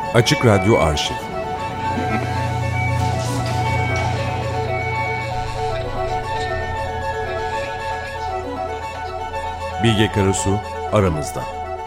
Açık Radyo Arşiv. Bilge Karasu aramızda.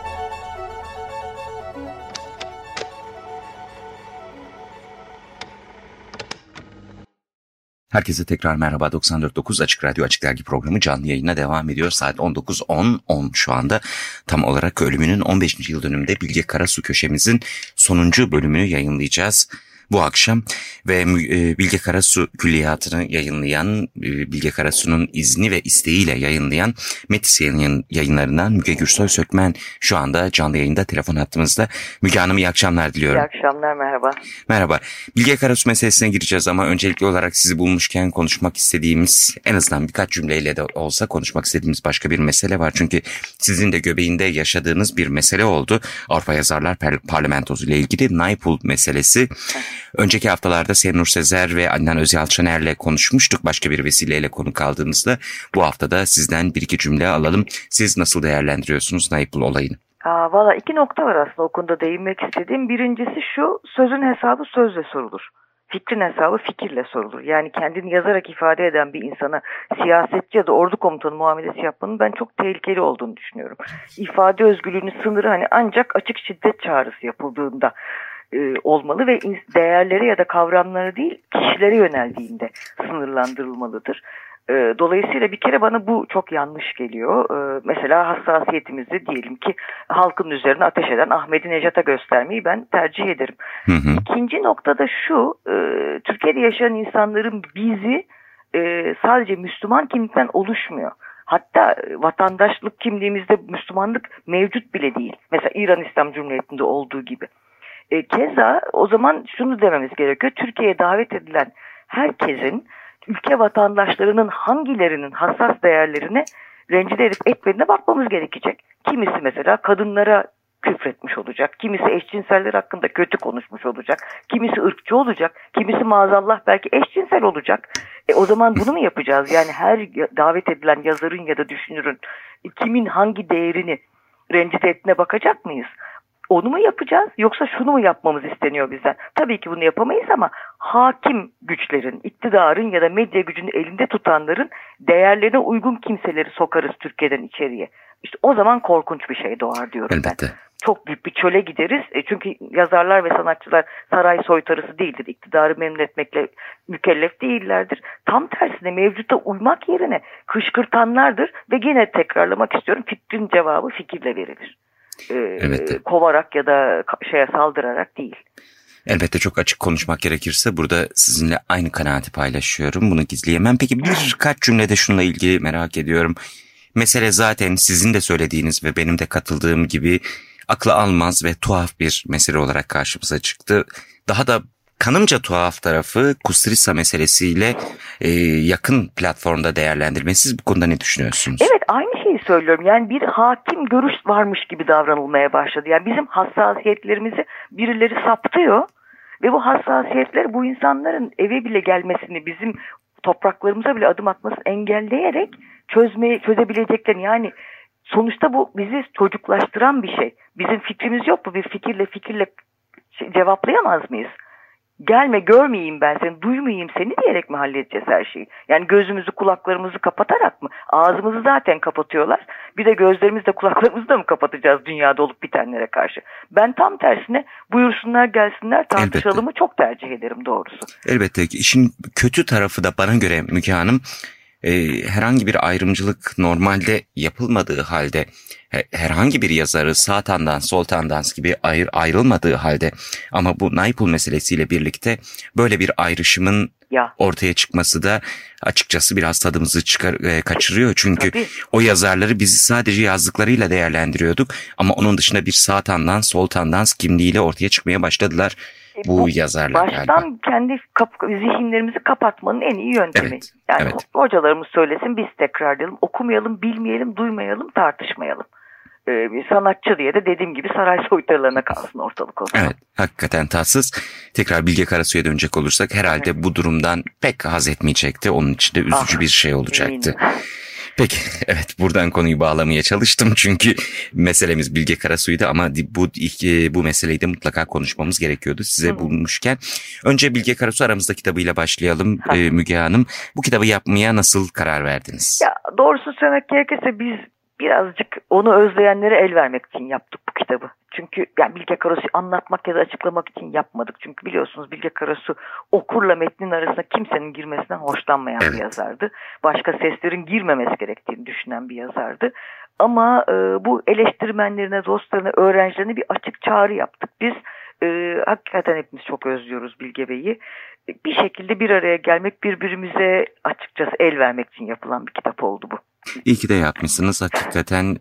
Herkese tekrar merhaba. 94.9 Açık Radyo Açık Dergi programı canlı yayına devam ediyor. Saat 19.10 şu anda. Tam olarak ölümünün 15. yıl dönümünde Bilge Karasu köşemizin sonuncu bölümünü yayınlayacağız bu akşam. Ve Bilge Karasu külliyatını yayınlayan, Bilge Karasu'nun izni ve isteğiyle yayınlayan Metis yayınlarından Müge Gürsoy Sökmen şu anda canlı yayında telefon hattımızda. Müge Hanım iyi akşamlar diliyorum. İyi akşamlar, merhaba. Merhaba. Bilge Karasu meselesine gireceğiz ama öncelikli olarak sizi bulmuşken konuşmak istediğimiz, en azından birkaç cümleyle de olsa konuşmak istediğimiz başka bir mesele var. Çünkü sizin de göbeğinde yaşadığınız bir mesele oldu. Avrupa Yazarlar Parlamentosu ile ilgili Naipool meselesi. Önceki haftalarda Senur Sezer ve Adnan Özyalçıner'le konuşmuştuk başka bir vesileyle konuk aldığımızda. Bu haftada sizden bir iki cümle alalım. Siz nasıl değerlendiriyorsunuz Naipool olayını? Valla iki nokta var aslında o konuda değinmek istediğim. Birincisi şu, sözün hesabı sözle sorulur. Fikrin hesabı fikirle sorulur. Yani kendini yazarak ifade eden bir insana siyasetçi ya da ordu komutanı muamelesi yapmanın ben çok tehlikeli olduğunu düşünüyorum. İfade özgürlüğünün sınırı ancak açık şiddet çağrısı yapıldığında olmalı ve değerlere ya da kavramlara değil kişilere yöneldiğinde sınırlandırılmalıdır. Dolayısıyla bir kere bana bu çok yanlış geliyor. Mesela hassasiyetimizi diyelim ki halkın üzerine ateş eden Ahmedi Necat'a göstermeyi ben tercih ederim. Hı hı. İkinci noktada şu, Türkiye'de yaşayan insanların bizi sadece Müslüman kimlikten oluşmuyor. Hatta vatandaşlık kimliğimizde Müslümanlık mevcut bile değil. Mesela İran İslam Cumhuriyeti'nde olduğu gibi. Keza o zaman şunu dememiz gerekiyor. Türkiye'ye davet edilen herkesin ülke vatandaşlarının hangilerinin hassas değerlerine rencide edip etmediğine bakmamız gerekecek. Kimisi mesela kadınlara küfretmiş olacak. Kimisi eşcinseller hakkında kötü konuşmuş olacak. Kimisi ırkçı olacak. Kimisi maazallah belki eşcinsel olacak. O zaman bunu mu yapacağız? Yani her davet edilen yazarın ya da düşünürün kimin hangi değerini rencide ettiğine bakacak mıyız? Onu mu yapacağız yoksa şunu mu yapmamız isteniyor bizden? Tabii ki bunu yapamayız ama hakim güçlerin, iktidarın ya da medya gücünü elinde tutanların değerlerine uygun kimseleri sokarız Türkiye'den içeriye. İşte o zaman korkunç bir şey doğar diyorum Elbette. ben. Çok büyük bir çöle gideriz. Çünkü yazarlar ve sanatçılar saray soytarısı değildir. İktidarı memnun etmekle mükellef değillerdir. Tam tersine mevcutta uymak yerine kışkırtanlardır ve yine tekrarlamak istiyorum, fikrin cevabı fikirle verilir. Kovarak ya da saldırarak değil. Elbette çok açık konuşmak gerekirse burada sizinle aynı kanaati paylaşıyorum. Bunu gizleyemem. Peki birkaç cümlede şununla ilgili merak ediyorum. Mesele zaten sizin de söylediğiniz ve benim de katıldığım gibi akla almaz ve tuhaf bir mesele olarak karşımıza çıktı. Daha da kanımca tuhaf tarafı Kusturica meselesiyle yakın platformda değerlendirme. Siz bu konuda ne düşünüyorsunuz? Evet, aynı şeyi söylüyorum. Yani bir hakim görüş varmış gibi davranılmaya başladı. Yani bizim hassasiyetlerimizi birileri saptıyor ve bu hassasiyetler bu insanların eve bile gelmesini, bizim topraklarımıza bile adım atmasını engelleyerek çözebileceklerini, yani sonuçta bu bizi çocuklaştıran bir şey. Bizim fikrimiz yok mu? Bir fikirle cevaplayamaz mıyız? Gelme, görmeyeyim ben seni, duymayayım seni diyerek mi halledeceğiz her şeyi? Yani gözümüzü kulaklarımızı kapatarak mı? Ağzımızı zaten kapatıyorlar. Bir de gözlerimizi kulaklarımızı da mı kapatacağız dünyada olup bitenlere karşı? Ben tam tersine buyursunlar gelsinler tartışalımı çok tercih ederim doğrusu. Elbette ki işin kötü tarafı da bana göre Müge Hanım, herhangi bir ayrımcılık normalde yapılmadığı halde, herhangi bir yazarı sağ tandans sol tandans gibi ayrılmadığı halde, ama bu Naipool meselesiyle birlikte böyle bir ayrışımın ortaya çıkması da açıkçası biraz tadımızı kaçırıyor. Çünkü o yazarları biz sadece yazdıklarıyla değerlendiriyorduk ama onun dışında bir sağ tandans sol tandans kimliğiyle ortaya çıkmaya başladılar. Bu yazarlar baştan galiba. Kendi zihinlerimizi kapatmanın en iyi yöntemi. Evet, yani evet. Hocalarımız söylesin, biz tekrarlayalım, okumayalım, bilmeyelim, duymayalım, tartışmayalım. Bir sanatçı diye de dediğim gibi saray soytarılarına kalsın ortalık o zaman. Evet, hakikaten tatsız. Tekrar Bilge Karasu'ya dönecek olursak herhalde bu durumdan pek haz etmeyecekti. Onun için de üzücü bir şey olacaktı. Peki, evet, buradan konuyu bağlamaya çalıştım çünkü meselemiz Bilge Karasu'ydu ama bu meseleyi de mutlaka konuşmamız gerekiyordu size bulmuşken. Önce Bilge Karasu Aramızda kitabıyla başlayalım Müge Hanım. Bu kitabı yapmaya nasıl karar verdiniz? Ya doğrusu söylemek gerekirse biz birazcık onu özleyenlere el vermek için yaptık bu kitabı. Çünkü yani Bilge Karasu'yu anlatmak ya da açıklamak için yapmadık. Çünkü biliyorsunuz Bilge Karasu okurla metnin arasında kimsenin girmesinden hoşlanmayan bir yazardı. Başka seslerin girmemesi gerektiğini düşünen bir yazardı. Ama bu eleştirmenlerine, dostlarına, öğrencilerine bir açık çağrı yaptık. Biz hakikaten hepimiz çok özlüyoruz Bilge Bey'i. Bir şekilde bir araya gelmek, birbirimize açıkçası el vermek için yapılan bir kitap oldu bu. İyi ki de yapmışsınız. Hakikaten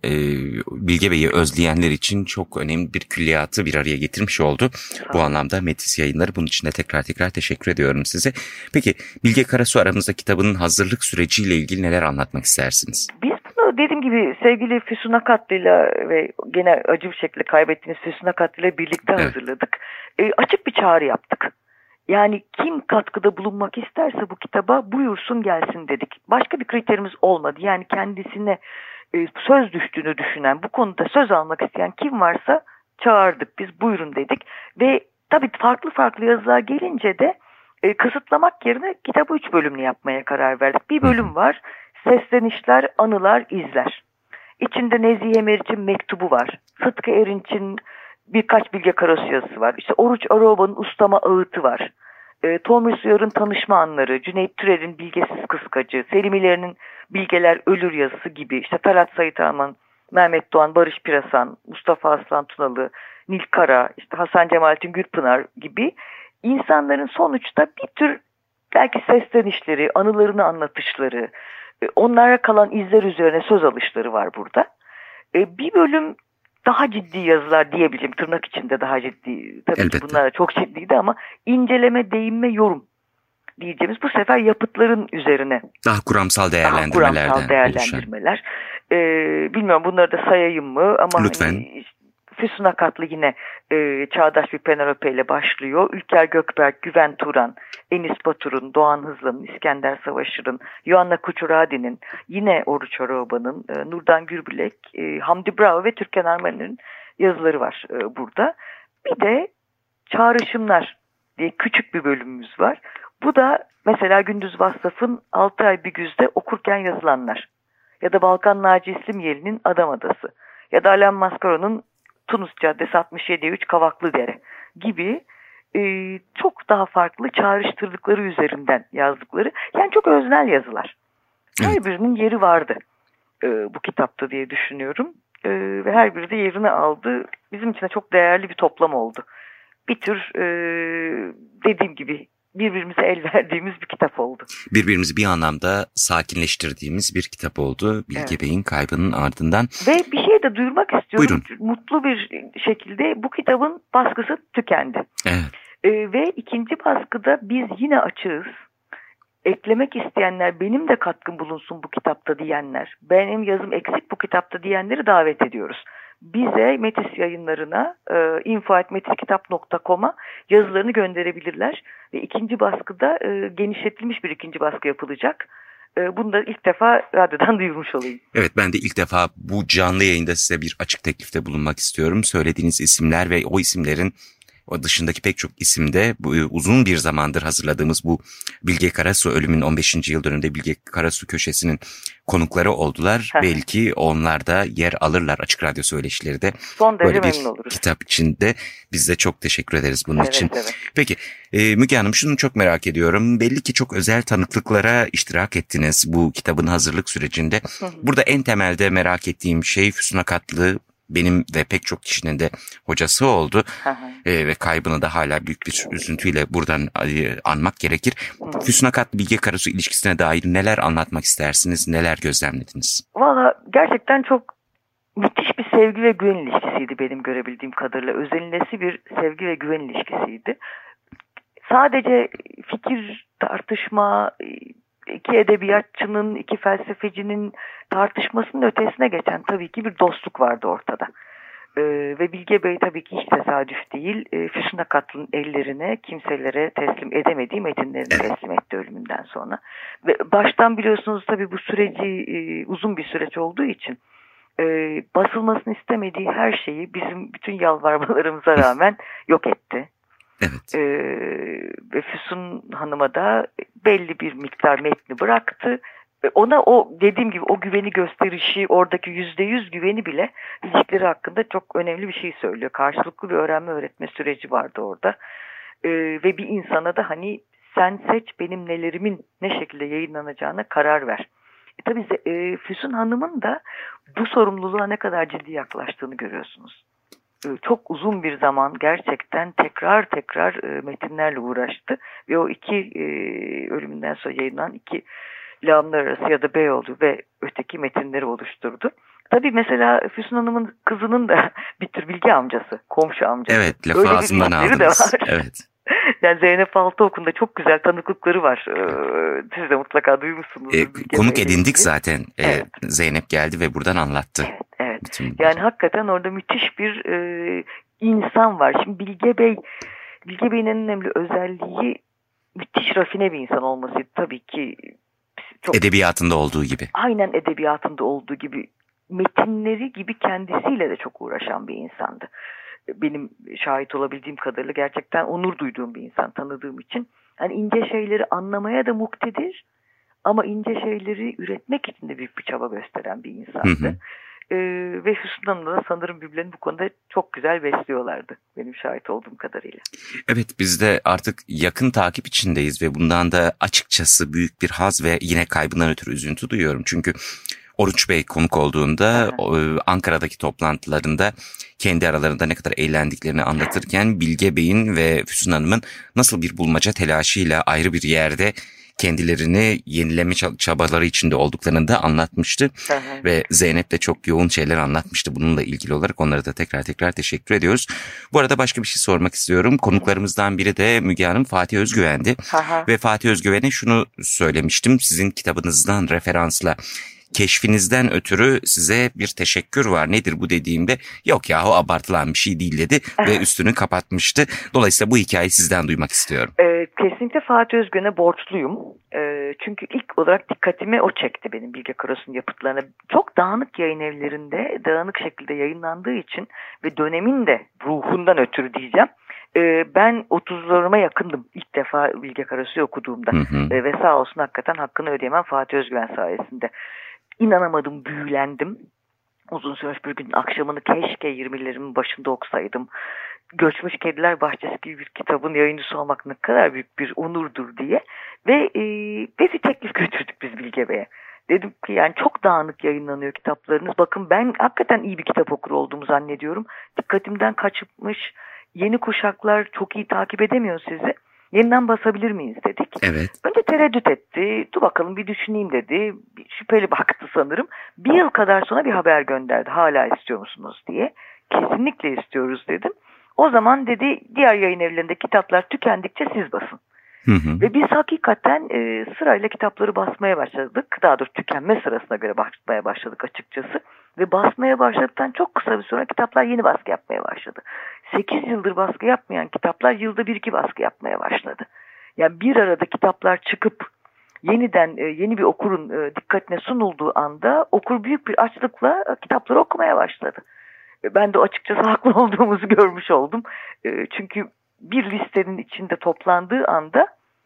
Bilge Bey'i özleyenler için çok önemli bir külliyatı bir araya getirmiş oldu. Bu anlamda Metis Yayınları, bunun için de tekrar teşekkür ediyorum size. Peki Bilge Karasu Aramızda kitabının hazırlık süreciyle ilgili neler anlatmak istersiniz? Biz bunu dediğim gibi sevgili Füsun Akatlı'yla ve gene acı bir şekilde kaybettiğimiz Füsun Akatlı'yla birlikte hazırladık. Açık bir çağrı yaptık. Yani kim katkıda bulunmak isterse bu kitaba buyursun gelsin dedik. Başka bir kriterimiz olmadı. Yani kendisine söz düştüğünü düşünen, bu konuda söz almak isteyen kim varsa çağırdık. Biz buyurun dedik. Ve tabii farklı yazılar gelince de kısıtlamak yerine kitabı 3 bölümlü yapmaya karar verdik. Bir bölüm var. Seslenişler, anılar, izler. İçinde Nezihe Meriç'in mektubu var. Sıtkı Erinç'in birkaç Bilge Karasu yazısı var. İşte Oruç Aroba'nın Ustama Ağıtı var. Tomris Uyar'ın tanışma anları, Cüneyt Türel'in Bilgesiz Kıskacı, Selim İleri'nin Bilgeler Ölür yazısı gibi, işte Talat Sait Arman, Mehmet Doğan, Barış Pirasan, Mustafa Aslan Tunalı, Nil Kara, işte Hasan Cemalettin Gürpınar gibi insanların sonuçta bir tür belki seslenişleri, anılarını anlatışları, onlara kalan izler üzerine söz alışları var burada. Bir bölüm daha ciddi yazılar diyebilirim. Tırnak içinde daha ciddi. Tabii Elbette. ki bunlar da çok ciddiydi ama inceleme, değinme, yorum diyeceğimiz bu sefer yapıtların üzerine. Daha kuramsal değerlendirmelerden oluşan. Bilmiyorum bunları da sayayım mı ama lütfen. Hani, Füsun Akatlı yine çağdaş bir Penelope ile başlıyor. Ülker Gökberk, Güven Turan, Enis Batur'un, Doğan Hızlan'ın, İskender Savaşır'ın, Yoanna Kuçuradi'nin, yine Oruç Aroba'nın, Nurdan Gürbülek, Hamdi Bravo ve Türkan Arman'ın yazıları var burada. Bir de Çağrışımlar diye küçük bir bölümümüz var. Bu da mesela Gündüz Vassaf'ın 6 ay bir güzde okurken yazılanlar. Ya da Balkan Naci İslimyeli'nin Adam Adası. Ya da Alain Mascaro'nun Tunus Caddesi 67-3 Kavaklıdere gibi çok daha farklı çağrıştırdıkları üzerinden yazdıkları. Yani çok öznel yazılar. Her birinin yeri vardı bu kitapta diye düşünüyorum. Ve her biri de yerini aldı. Bizim için de çok değerli bir toplam oldu. Bir tür dediğim gibi birbirimize el verdiğimiz bir kitap oldu. Birbirimizi bir anlamda sakinleştirdiğimiz bir kitap oldu Bilge Bey'in kaybının ardından. Ve bir şey de duyurmak istiyorum. Buyurun. Mutlu bir şekilde bu kitabın baskısı tükendi. Evet. Ve ikinci baskıda biz yine açığız. Eklemek isteyenler, benim de katkım bulunsun bu kitapta diyenler, benim yazım eksik bu kitapta diyenleri davet ediyoruz. Bize Metis Yayınları'na info@metiskitap.com'a yazılarını gönderebilirler. Ve ikinci baskıda genişletilmiş bir ikinci baskı yapılacak. Bunu da ilk defa radyodan duyurmuş olayım. Evet, ben de ilk defa bu canlı yayında size bir açık teklifte bulunmak istiyorum. Söylediğiniz isimler ve o isimlerin o dışındaki pek çok isimde uzun bir zamandır hazırladığımız bu Bilge Karasu ölümün 15. yıl dönümünde Bilge Karasu köşesinin konukları oldular. Belki onlar da yer alırlar Açık Radyo söyleşileri de. Son derece böyle memnun oluruz. Kitap içinde biz de çok teşekkür ederiz bunun için. Evet. Peki Müge Hanım, şunu çok merak ediyorum. Belli ki çok özel tanıklıklara iştirak ettiniz bu kitabın hazırlık sürecinde. Burada en temelde merak ettiğim şey Füsun Akatlı benim ve pek çok kişinin de hocası oldu. Ve kaybını da hala büyük bir üzüntüyle buradan anmak gerekir. Füsun Akatlı Bilge Karasu ilişkisine dair neler anlatmak istersiniz, neler gözlemlediniz? Valla gerçekten çok müthiş bir sevgi ve güven ilişkisiydi benim görebildiğim kadarıyla. Özenilesi bir sevgi ve güven ilişkisiydi. Sadece fikir, tartışma, iki edebiyatçının, iki felsefecinin tartışmasının ötesine geçen tabii ki bir dostluk vardı ortada. Ve Bilge Bey tabii ki hiç tesadüf değil. Füsun Akatlı'nın ellerine kimselere teslim edemediği metinlerini teslim etti ölümünden sonra. Ve baştan biliyorsunuz tabii bu süreci uzun bir süreç olduğu için basılmasını istemediği her şeyi bizim bütün yalvarmalarımıza rağmen yok etti. Evet. Ve Füsun Hanım'a da belli bir miktar metni bıraktı. Ona o dediğim gibi o güveni gösterişi, oradaki %100 güveni bile ilişkileri hakkında çok önemli bir şey söylüyor. Karşılıklı bir öğrenme öğretme süreci vardı orada. Ve bir insana da hani sen seç benim nelerimin ne şekilde yayınlanacağına karar ver. Tabii Füsun Hanım'ın da bu sorumluluğa ne kadar ciddi yaklaştığını görüyorsunuz. Çok uzun bir zaman gerçekten tekrar metinlerle uğraştı. Ve o iki ölümünden sonra yayınlanan iki Lağımlar Arası ya da Beyoğlu ve öteki metinleri oluşturdu. Tabii mesela Füsun Hanım'ın kızının da bir tür bilgi amcası, komşu amcası. Evet, lafı ağzımdan aldınız. Evet. Yani Zeynep Altıokulu'nda çok güzel tanıklıkları var. Siz de mutlaka duymuşsunuz. Konuk edindik zaten. Evet. Zeynep geldi ve buradan anlattı. Evet. Yani hakikaten orada müthiş bir insan var. Şimdi Bilge Bey'in en önemli özelliği müthiş rafine bir insan olmasıydı. Tabii ki çok, edebiyatında olduğu gibi. Aynen edebiyatında olduğu gibi. Metinleri gibi kendisiyle de çok uğraşan bir insandı. Benim şahit olabildiğim kadarıyla gerçekten onur duyduğum bir insan tanıdığım için. Yani ince şeyleri anlamaya da muktedir ama ince şeyleri üretmek için de büyük bir çaba gösteren bir insandı. Ve Füsun Hanım'la da sanırım birbirlerini bu konuda çok güzel besliyorlardı benim şahit olduğum kadarıyla. Evet, biz de artık yakın takip içindeyiz ve bundan da açıkçası büyük bir haz ve yine kaybından ötürü üzüntü duyuyorum. Çünkü Oruç Bey konuk olduğunda Ankara'daki toplantılarında kendi aralarında ne kadar eğlendiklerini anlatırken Bilge Bey'in ve Füsun Hanım'ın nasıl bir bulmaca telaşıyla ayrı bir yerde kendilerini yenileme çabaları içinde olduklarını da anlatmıştı. Ve Zeynep de çok yoğun şeyler anlatmıştı bununla ilgili olarak. Onlara da tekrar teşekkür ediyoruz. Bu arada başka bir şey sormak istiyorum. Konuklarımızdan biri de Müge Hanım Fatih Özgüven'di. Ve Fatih Özgüven'e şunu söylemiştim sizin kitabınızdan referansla. Keşfinizden ötürü size bir teşekkür var. Nedir bu dediğimde yok ya o abartılan bir şey değil dedi ve üstünü kapatmıştı. Dolayısıyla bu hikayeyi sizden duymak istiyorum. Kesinlikle Fatih Özgün'e borçluyum. Çünkü ilk olarak dikkatimi o çekti benim Bilge Karasu'nun yapıtlarına. Çok dağınık yayın evlerinde dağınık şekilde yayınlandığı için ve dönemin de ruhundan ötürü diyeceğim. Ben 30'larıma yakındım ilk defa Bilge Karasu'yu okuduğumda. Ve sağ olsun hakikaten hakkını ödeyemem Fatih Özgüven sayesinde. İnanamadım, büyülendim. Uzun sürmüş bir günün akşamını keşke 20'lerimin başında okusaydım. Göçmüş Kediler Bahçesi gibi bir kitabın yayıncısı olmak ne kadar büyük bir onurdur diye. Ve bir teklif götürdük biz Bilge Bey'e. Dedim ki yani çok dağınık yayınlanıyor kitaplarınız. Bakın ben hakikaten iyi bir kitap okuru olduğumu zannediyorum. Dikkatimden kaçıpmış. Yeni kuşaklar çok iyi takip edemiyor sizi. Yeniden basabilir miyiz dedik. Evet. Önce tereddüt etti. Dur bakalım bir düşüneyim dedi. Bir şüpheli baktı sanırım. Bir yıl kadar sonra bir haber gönderdi. Hala istiyor musunuz diye. Kesinlikle istiyoruz dedim. O zaman dedi diğer yayın evlerinde kitaplar tükendikçe siz basın. Ve biz hakikaten sırayla kitapları basmaya başladık. Daha doğrusu tükenme sırasına göre basmaya başladık açıkçası. Ve basmaya başladıktan çok kısa bir sonra kitaplar yeni baskı yapmaya başladı. 8 yıldır baskı yapmayan kitaplar yılda 1-2 baskı yapmaya başladı. Yani bir arada kitaplar çıkıp yeniden yeni bir okurun dikkatine sunulduğu anda okur büyük bir açlıkla kitapları okumaya başladı. Ben de açıkçası haklı olduğumuzu görmüş oldum. Çünkü bir listenin içinde toplandığı anda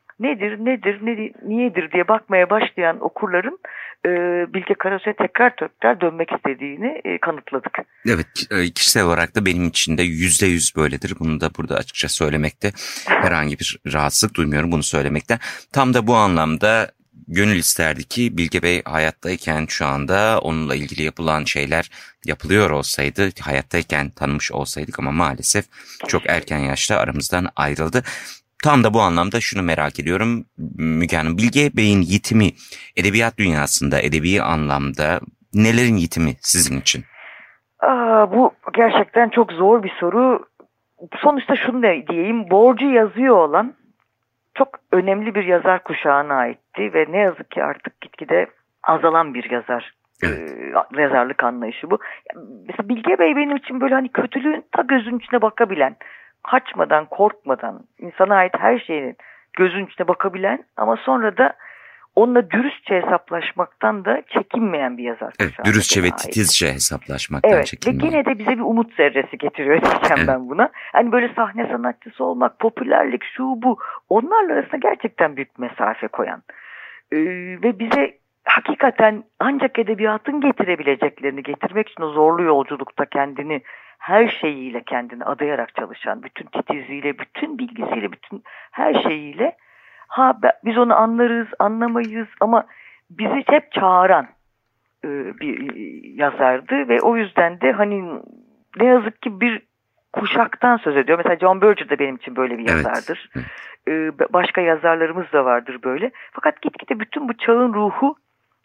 niyedir diye bakmaya başlayan okurların Bilge Karasu'ya tekrar dönmek istediğini kanıtladık. Evet, kişisel olarak da benim için de %100 böyledir. Bunu da burada açıkça söylemekte herhangi bir rahatsızlık duymuyorum bunu söylemekten. Tam da bu anlamda gönül isterdi ki Bilge Bey hayattayken şu anda onunla ilgili yapılan şeyler yapılıyor olsaydı, hayattayken tanımış olsaydık ama maalesef çok erken yaşta aramızdan ayrıldı. Tam da bu anlamda şunu merak ediyorum Müge Hanım, Bilge Bey'in yitimi edebiyat dünyasında, edebi anlamda nelerin yitimi sizin için? Bu gerçekten çok zor bir soru. Sonuçta şunu da diyeyim, borcu yazıyor olan çok önemli bir yazar kuşağına aitti ve ne yazık ki artık gitgide azalan bir yazar yazarlık anlayışı bu. Mesela Bilge Bey benim için böyle hani kötülüğün ta gözünün içine bakabilen, kaçmadan, korkmadan, insana ait her şeyin gözünün içine bakabilen ama sonra da onunla dürüstçe hesaplaşmaktan da çekinmeyen bir yazar. Evet, dürüstçe ve titizce hesaplaşmaktan evet, çekinmeyen. ve gene de bize bir umut zerresi getiriyor diyeceğim ben buna. Hani böyle sahne sanatçısı olmak, popülerlik, şu bu, onlarla arasında gerçekten büyük mesafe koyan. Ve bize hakikaten ancak edebiyatın getirebileceklerini getirmek için o zorlu yolculukta kendini, her şeyiyle kendini adayarak çalışan, bütün titizliğiyle, bütün bilgisiyle, bütün her şeyiyle, biz onu anlarız, anlamayız ama bizi hep çağıran bir yazardı ve o yüzden de hani ne yazık ki bir kuşaktan söz ediyor. Mesela John Berger de benim için böyle bir yazardır. Başka yazarlarımız da vardır böyle. Fakat gitgide bütün bu çağın ruhu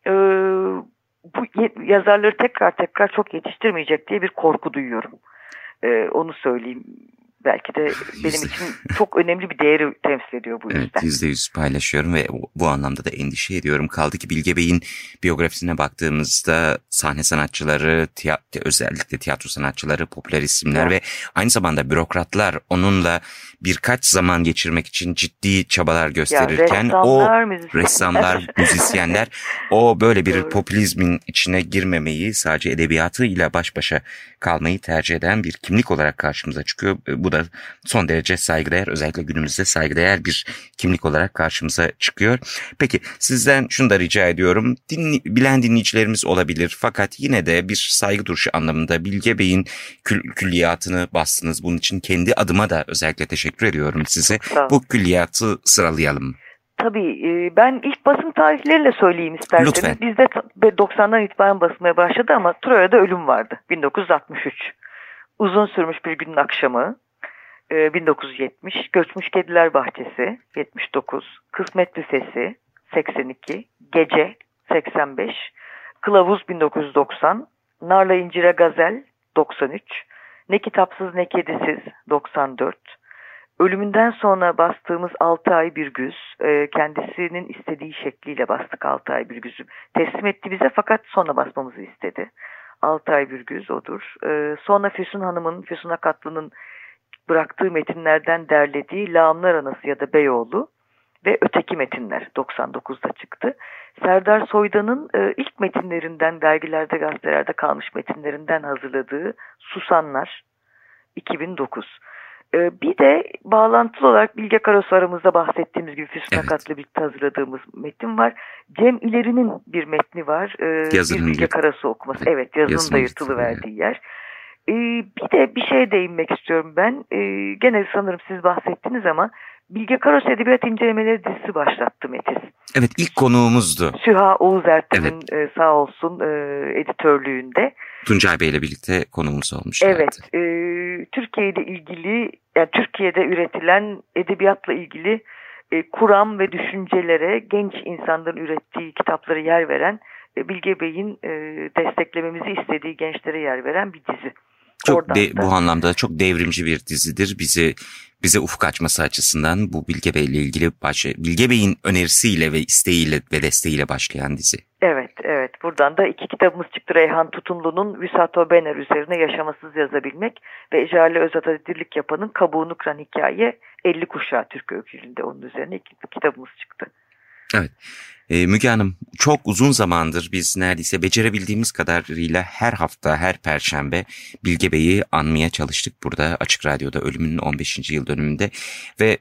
bu yazarları tekrar çok yetiştirmeyecek diye bir korku duyuyorum. Onu söyleyeyim. Belki de benim için çok önemli bir değeri temsil ediyor bu yüzden. Evet, %100 paylaşıyorum ve bu anlamda da endişe ediyorum. Kaldı ki Bilge Bey'in biyografisine baktığımızda sahne sanatçıları, özellikle tiyatro sanatçıları, popüler isimler ve aynı zamanda bürokratlar onunla birkaç zaman geçirmek için ciddi çabalar gösterirken ressamlar, müzisyenler o böyle bir popülizmin içine girmemeyi, sadece edebiyatıyla baş başa kalmayı tercih eden bir kimlik olarak karşımıza çıkıyor. Bu da son derece saygıdeğer, özellikle günümüzde saygıdeğer bir kimlik olarak karşımıza çıkıyor. Peki sizden şunu da rica ediyorum. Bilen dinleyicilerimiz olabilir fakat yine de bir saygı duruşu anlamında Bilge Bey'in külliyatını bastınız. Bunun için kendi adıma da özellikle teşekkür ediyorum size. Bu külliyatı sıralayalım. Tabii ben ilk basım tarihleriyle söyleyeyim isterseniz. Lütfen. Bizde 90'dan itibaren basmaya başladı ama Troya'da ölüm vardı. 1963. Uzun sürmüş bir günün akşamı 1970, Göçmüş Kediler Bahçesi 79, Kısmet Büfesi 82, Gece 85, Kılavuz 1990, Narla İncire Gazel 93, Ne Kitapsız Ne Kedisiz 94, ölümünden sonra bastığımız 6 ay bir güz, kendisinin istediği şekliyle bastık 6 ay bir güzü. Teslim etti bize fakat sonra basmamızı istedi. 6 ay bir güz odur. Sonra Füsun Akatlı'nın bıraktığı metinlerden derlediği Lağımlar Anası ya da Beyoğlu ve Öteki Metinler 99'da çıktı. Serdar Soydan'ın ilk metinlerinden, dergilerde, gazetelerde kalmış metinlerinden hazırladığı Susanlar 2009. Bir de bağlantılı olarak Bilge Karasu aramızda bahsettiğimiz gibi Füsun Akat'la birlikte hazırladığımız metin var. Cem İleri'nin bir metni var. Bir Bilge Karasu okuması. Evet, yazının da yırtılıverdiği yer. Bir de bir şeye değinmek istiyorum ben. Gene sanırım siz bahsettiniz ama Bilge Karasu Edebiyat İncelemeleri dizisi başlattı Metis. Evet, ilk konuğumuzdu. Süha Oğuz Ertem'in sağ olsun editörlüğünde. Tuncay Bey ile birlikte konuğumuz olmuşlardı. Evet, Türkiye ile ilgili, yani Türkiye'de üretilen edebiyatla ilgili kuram ve düşüncelere, genç insanların ürettiği kitaplara yer veren, Bilge Bey'in desteklememizi istediği gençlere yer veren bir dizi. Bu anlamda çok devrimci bir dizidir. Bize ufuk açması açısından bu Bilge Bey ile ilgili Bilge Bey'in önerisiyle ve isteğiyle ve desteğiyle başlayan dizi. Evet. Buradan da 2 kitabımız çıktı. Reyhan Tutumlu'nun Vüsato Bener üzerine Yaşamasız Yazabilmek ve Jale Özat'a dirlik yapanın Kabuğunu Kıran Hikaye 50 Kuşağı Türk öykülerinde, onun üzerine 2 kitabımız çıktı. Evet. Müge Hanım, çok uzun zamandır biz neredeyse becerebildiğimiz kadarıyla her hafta, her perşembe Bilge Bey'i anmaya çalıştık burada Açık Radyo'da ölümünün 15. yıl dönümünde ve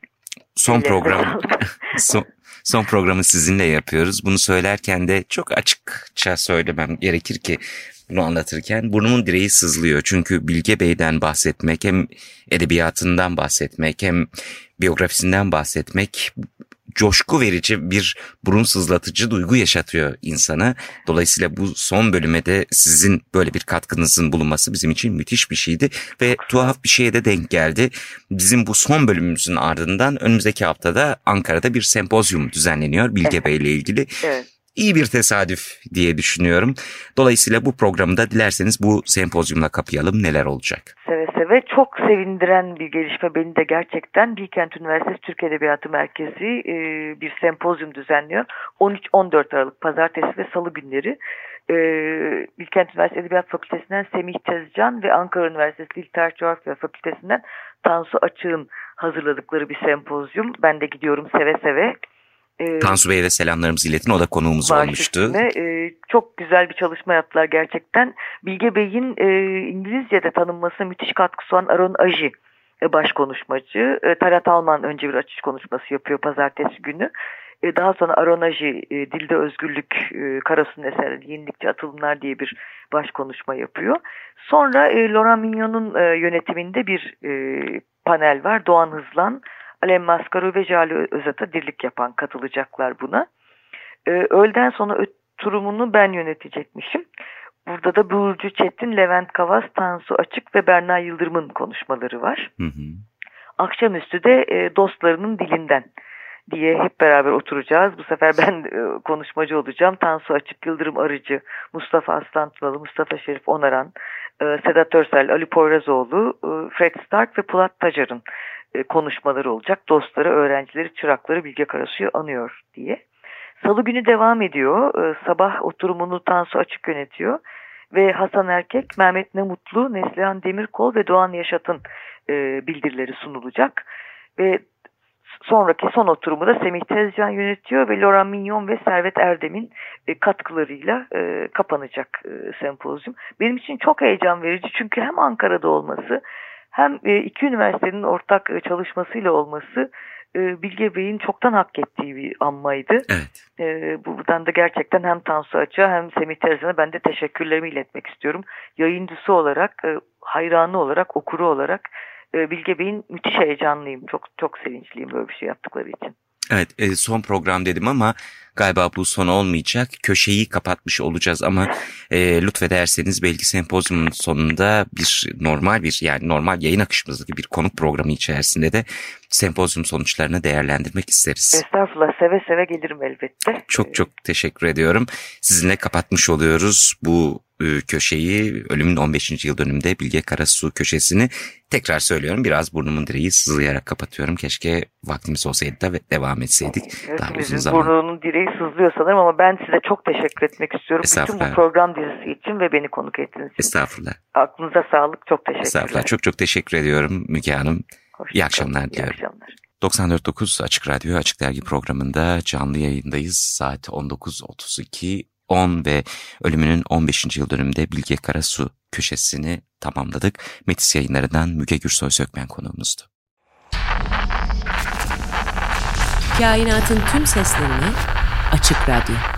son programı sizinle yapıyoruz. Bunu söylerken de çok açıkça söylemem gerekir ki bunu anlatırken burnumun direği sızlıyor. Çünkü Bilge Bey'den bahsetmek, hem edebiyatından bahsetmek hem biyografisinden bahsetmek coşku verici, bir burun sızlatıcı duygu yaşatıyor insana. Dolayısıyla bu son bölüme de sizin böyle bir katkınızın bulunması bizim için müthiş bir şeydi. Ve tuhaf bir şeye de denk geldi. Bizim bu son bölümümüzün ardından önümüzdeki haftada Ankara'da bir sempozyum düzenleniyor Bilge Bey ile ilgili. Evet. İyi bir tesadüf diye düşünüyorum. Dolayısıyla bu programı da dilerseniz bu sempozyumla kapayalım. Neler olacak? Seve çok sevindiren bir gelişme beni de gerçekten. Bilkent Üniversitesi Türk Edebiyatı Merkezi bir sempozyum düzenliyor. 13-14 Aralık Pazartesi ve Salı günleri. Bilkent Üniversitesi Edebiyat Fakültesinden Semih Tezcan ve Ankara Üniversitesi Dil Tarih Coğrafya Fakültesinden Tansu Açık'ın hazırladıkları bir sempozyum. Ben de gidiyorum seve seve. Tansu Bey'e de selamlarımızı iletin. O da konuğumuz olmuştu. Çok güzel bir çalışma yaptılar gerçekten. Bilge Bey'in İngilizce'de tanınmasına müthiş katkısı olan Aron Aji baş konuşmacı. Talat Alman önce bir açış konuşması yapıyor pazartesi günü. Daha sonra Aron Aji Dilde Özgürlük, Karasu'nun eseri Yenilikçi Atılımlar diye bir baş konuşma yapıyor. Sonra Laurent Mignon'un yönetiminde bir panel var. Doğan Hızlan, Alem Maskaru ve Jale Özat'a dirlik yapan katılacaklar buna. Öğleden sonra oturumunu ben yönetecekmişim. Burada da Burcu Çetin, Levent Kavas, Tansu Açık ve Berna Yıldırım'ın konuşmaları var. Hı hı. Akşamüstü de dostlarının dilinden diye hep beraber oturacağız. Bu sefer ben konuşmacı olacağım. Tansu Açık, Yıldırım Arıcı, Mustafa Aslan Tunalı, Mustafa Şerif Onaran, Sedat Örsel, Ali Poyrazoğlu, Fred Stark ve Polat Tacar'ın konuşmaları olacak. Dostları, öğrencileri, çırakları Bilge Karasu'yu anıyor diye. Salı günü devam ediyor. Sabah oturumunu Tansu Açık yönetiyor. Ve Hasan Erkek, Mehmet Nemutlu, Neslihan Demirkol ve Doğan Yaşat'ın bildirileri sunulacak. Ve sonraki son oturumu da Semih Tezcan yönetiyor ve Laurent Mignon ve Servet Erdem'in katkılarıyla kapanacak sempozyum. Benim için çok heyecan verici çünkü hem Ankara'da olması hem iki üniversitenin ortak çalışmasıyla olması Bilge Bey'in çoktan hak ettiği bir anmaydı. Evet. Buradan da gerçekten hem Tansu Açık'a hem Semih Tezcan'a ben de teşekkürlerimi iletmek istiyorum. Yayıncısı olarak, hayranı olarak, okuru olarak Bilge Bey'in müthiş heyecanlıyım. Çok çok sevinçliyim böyle bir şey yaptıkları için. Evet, son program dedim ama galiba bu son olmayacak. Köşeyi kapatmış olacağız ama lütfederseniz belki sempozyumun sonunda normal yayın akışımızdaki bir konuk programı içerisinde de sempozyum sonuçlarını değerlendirmek isteriz. Estağfurullah, seve seve gelirim elbette. Çok çok teşekkür ediyorum. Sizinle kapatmış oluyoruz bu köşeyi, ölümün 15. yıl dönümünde Bilge Karasu köşesini. Tekrar söylüyorum, biraz burnumun direği sızlayarak kapatıyorum. Keşke vaktimiz olsaydı da devam etseydik. Daha uzun zaman. Burnunun direği sızlıyor sanırım ama ben size çok teşekkür etmek istiyorum. Bütün bu program dizisi için ve beni konuk ettiğiniz için. Estağfurullah. Aklınıza sağlık, çok teşekkürler. Estağfurullah, çok çok teşekkür ediyorum Müge Hanım. İyi akşamlar diliyorum. İyi akşamlar. 94.9 Açık Radyo Açık Dergi programında canlı yayındayız. Saat 19.32. 10 ve ölümünün 15. yıl dönümünde Bilge Karasu köşesini tamamladık. Metis Yayınları'ndan Müge Gürsoy Sökmen konuğumuzdu. Kainatın tüm seslerini Açık Radyo.